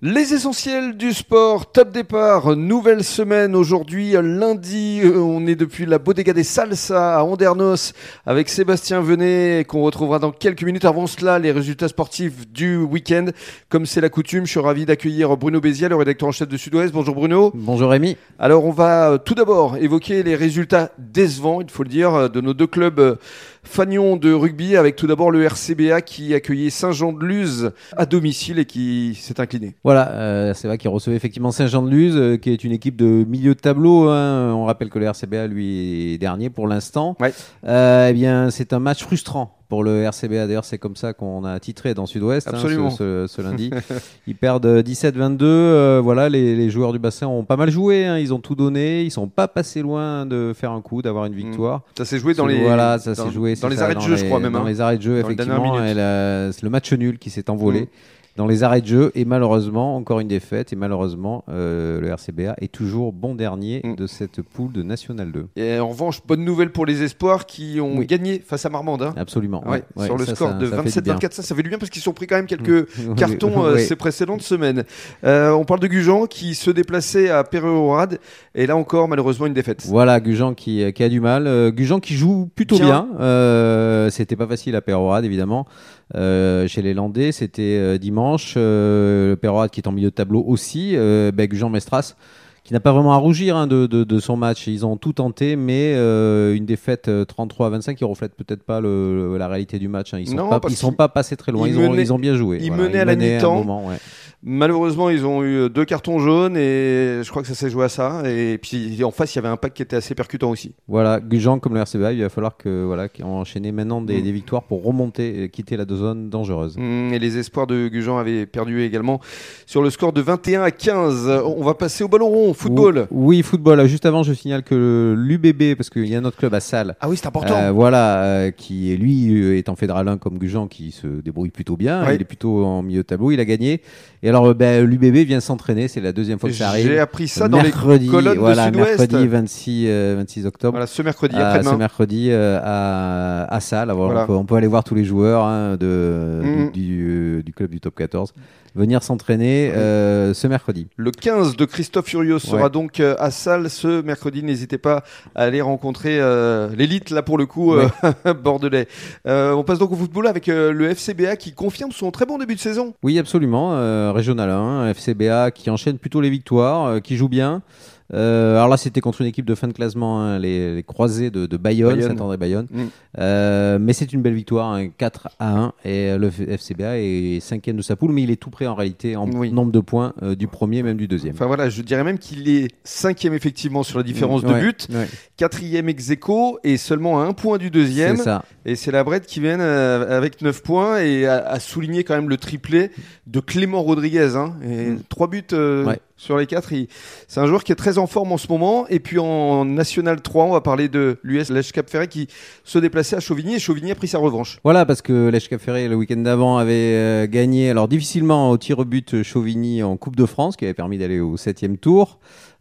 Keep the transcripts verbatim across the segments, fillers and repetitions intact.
Les essentiels du sport, top départ, nouvelle semaine aujourd'hui, lundi, on est depuis la Bodega des Salsa à Andernos avec Sébastien Venet qu'on retrouvera dans quelques minutes. Avant cela, les résultats sportifs du week-end. Comme c'est la coutume, je suis ravi d'accueillir Bruno Béziat, le rédacteur en chef de Sud-Ouest. Bonjour Bruno. Bonjour Rémi. Alors on va tout d'abord évoquer les résultats décevants, il faut le dire, de nos deux clubs Fagnon de rugby, avec tout d'abord le R C B A qui accueillait Saint-Jean-de-Luz à domicile et qui s'est incliné. Voilà, euh, c'est vrai qu'il recevait effectivement Saint-Jean-de-Luz, euh, qui est une équipe de milieu de tableau. Hein. On rappelle que le R C B A, lui, est dernier pour l'instant. Ouais. Euh, eh bien, c'est un match frustrant pour le R C B A. D'ailleurs, c'est comme ça qu'on a titré dans Sud-Ouest hein, ce, ce, ce lundi. Ils perdent dix-sept vingt-deux. Euh, voilà, les, les joueurs du bassin ont pas mal joué. Hein. Ils ont tout donné. Ils sont pas passés loin de faire un coup, d'avoir une victoire. Ça s'est joué dans les. Voilà, ça dans, s'est joué. Dans les ça, arrêts de jeu, je crois même. Dans hein. les arrêts de jeu, dans effectivement. Et la, c'est le match nul qui s'est envolé. Mmh. Dans les arrêts de jeu, et malheureusement, encore une défaite, et malheureusement, euh, le R C B A est toujours bon dernier mmh. de cette poule de National deux. Et en revanche, bonne nouvelle pour les espoirs qui ont oui. gagné face à Marmande. Hein. Absolument. Ouais, ouais, sur ouais, le ça, score ça, de vingt-sept vingt-quatre, ça, ça fait du bien parce qu'ils ont pris quand même quelques mmh. cartons euh, oui. ces précédentes semaines. Euh, on parle de Gujan qui se déplaçait à Peyrehorade, et là encore, malheureusement, une défaite. Voilà, Gujan qui, qui a du mal. Euh, Gujan qui joue plutôt bien. bien. Euh, c'était pas facile à Peyrehorade, évidemment. Euh, chez les Landais, c'était euh, dimanche. Euh, le Peyrehorade qui est en milieu de tableau aussi. Euh, ben, Gujan Mestras qui n'a pas vraiment à rougir hein, de, de, de son match. Ils ont tout tenté, mais euh, une défaite trente-trois à vingt-cinq qui reflète peut-être pas le, le, la réalité du match. Hein. Ils sont non, pas, ils sont pas passés très loin. Ils, ils, menaient, ont, ils ont bien joué. Ils voilà. menaient ils à la mi-temps. Moment, ouais. Malheureusement, ils ont eu deux cartons jaunes et je crois que ça s'est joué à ça. Et puis en face, il y avait un pack qui était assez percutant aussi. Voilà, Gujan comme le R C B A, il va falloir que voilà, enchaîner maintenant des, mmh. des victoires pour remonter, et quitter la zone dangereuse. Mmh, et les espoirs de Gujan avaient perdu également sur le score de vingt et un à quinze. On va passer au ballon rond, football. Oui, football. Juste avant, je signale que l'U B B, parce qu'il y a un autre club à Salles. Ah oui, c'est important. Euh, voilà, euh, qui lui est en fédéral un comme Gujan, qui se débrouille plutôt bien. Oui. Il est plutôt en milieu de tableau. Il a gagné. Et alors, ben, l'U B B vient s'entraîner, c'est la deuxième fois que ça arrive. J'ai appris ça mercredi, dans les colonnes voilà, de Sud-Ouest. Mercredi vingt-six, euh, vingt-six octobre. Voilà, ce mercredi, euh, après-demain. Ce mercredi euh, à, à Salles. Alors, voilà. on, peut, on peut aller voir tous les joueurs hein, de, mmh. du, du, du club du top quatorze venir s'entraîner mmh. euh, ce mercredi. Le quinze de Christophe Furios sera ouais. donc euh, à Salles ce mercredi. N'hésitez pas à aller rencontrer euh, l'élite, là pour le coup, ouais. euh, bordelais. Euh, on passe donc au football avec euh, le F C B A qui confirme son très bon début de saison. Oui, absolument. Euh, Régional un, F C B A qui enchaîne plutôt les victoires, euh, qui joue bien. Euh, alors là, c'était contre une équipe de fin de classement, hein, les, les Croisés de, de Bayonne, Bayonne. Saint-André-Bayonne. Mmh. Euh, mais c'est une belle victoire, hein, quatre à un. Et le F C B A est cinquième de sa poule, mais il est tout près en réalité en oui. nombre de points euh, du premier, même du deuxième. Enfin voilà, je dirais même qu'il est cinquième effectivement sur la différence mmh, de ouais, but, ouais. quatrième ex aequo et seulement à un point du deuxième. C'est ça. Et c'est la Brette qui vient euh, avec neuf points et a, a souligné quand même le triplé de Clément Rodriguez. Hein, et mmh. trois buts euh, ouais. sur les quatre. Il... C'est un joueur qui est très en forme en ce moment. Et puis en National trois, on va parler de l'U S Lèche Cap Ferret qui se déplaçait à Chauvigny et Chauvigny a pris sa revanche. Voilà, parce que Lèche Cap Ferret le week-end d'avant avait euh, gagné, alors difficilement au tir au but Chauvigny en Coupe de France, qui avait permis d'aller au septième tour.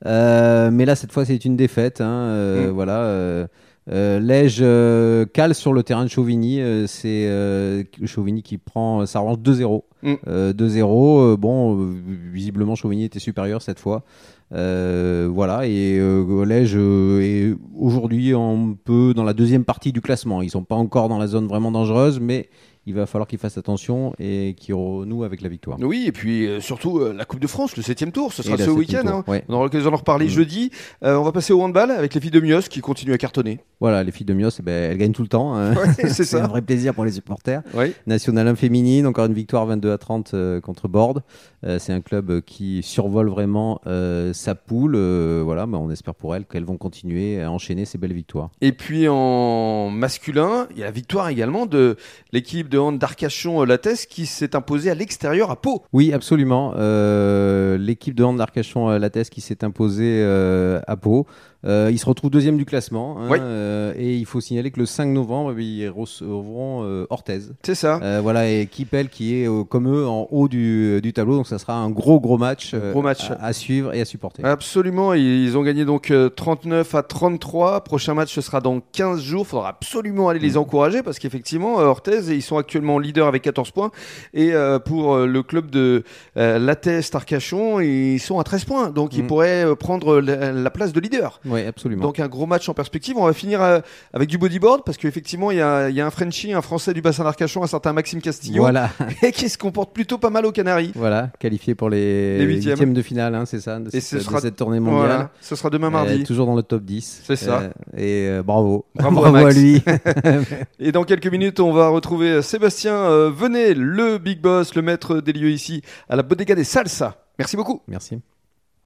Euh, mais là, cette fois, c'est une défaite. Hein, euh, mmh. Voilà. Euh, Euh, Lège euh, cale sur le terrain de Chauvigny. Euh, c'est euh, Chauvigny qui prend sa revanche deux zéro. Mm. Euh, deux zéro. Euh, bon, euh, visiblement, Chauvigny était supérieur cette fois. Euh, voilà. Et euh, Lège euh, est aujourd'hui un peu dans la deuxième partie du classement. Ils ne sont pas encore dans la zone vraiment dangereuse, mais il va falloir qu'ils fassent attention et qu'ils renouent avec la victoire. Oui, et puis euh, surtout euh, la Coupe de France, le septième tour, ce sera ce week-end. Hein. Ouais. On aura l'occasion d'en reparler mmh. jeudi. Euh, on va passer au handball avec les filles de Mios qui continuent à cartonner. Voilà, les filles de Mios, eh ben, elles gagnent tout le temps. Hein. Ouais, c'est, c'est ça. un vrai plaisir pour les supporters. Ouais. National un féminine, encore une victoire vingt-deux à trente euh, contre Borde. Euh, c'est un club qui survole vraiment euh, sa poule. Euh, voilà, mais on espère pour elles qu'elles vont continuer à enchaîner ces belles victoires. Et puis en masculin, il y a la victoire également de l'équipe de hand d'Arcachon-Lattès qui s'est imposée à l'extérieur à Pau. Oui, absolument. Euh, l'équipe de hand d'Arcachon-Lattès qui s'est imposée euh, à Pau. Euh, ils se retrouvent deuxième du classement. Hein, Oui. euh, et il faut signaler que le cinq novembre, ils recevront euh, Orthez. C'est ça. Euh, voilà, et Kipel qui est euh, comme eux en haut du, du tableau. Donc ça sera un gros gros match, euh, Gros match. À, à suivre et à supporter. Absolument, ils ont gagné donc euh, trente-neuf à trente-trois. Prochain match, ce sera dans quinze jours. Il faudra absolument aller les encourager parce qu'effectivement, euh, Orthez, ils sont actuellement leaders avec quatorze points. Et euh, pour euh, le club de euh, Lattès Arcachon, ils sont à treize points. Donc ils Mm. pourraient euh, prendre la, la place de leader. Oui, absolument. Donc un gros match en perspective. On va finir euh, avec du bodyboard parce qu'effectivement, il y a, il y a un Frenchie, un Français du bassin d'Arcachon, un certain Maxime Castillo, Voilà. et qui se comporte plutôt pas mal aux Canaries. Voilà, qualifié pour les, Les huitièmes. huitièmes de finale, hein, c'est ça, de, Et cette, ce sera- de cette tournée mondiale. Voilà, ce sera demain mardi. Euh, toujours dans le top dix. C'est ça. Euh, et euh, bravo. Bravo à Max. lui. Et dans quelques minutes, on va retrouver Sébastien euh, Venet, le big boss, le maître des lieux ici à la Bodega des Salsa. Merci beaucoup. Merci.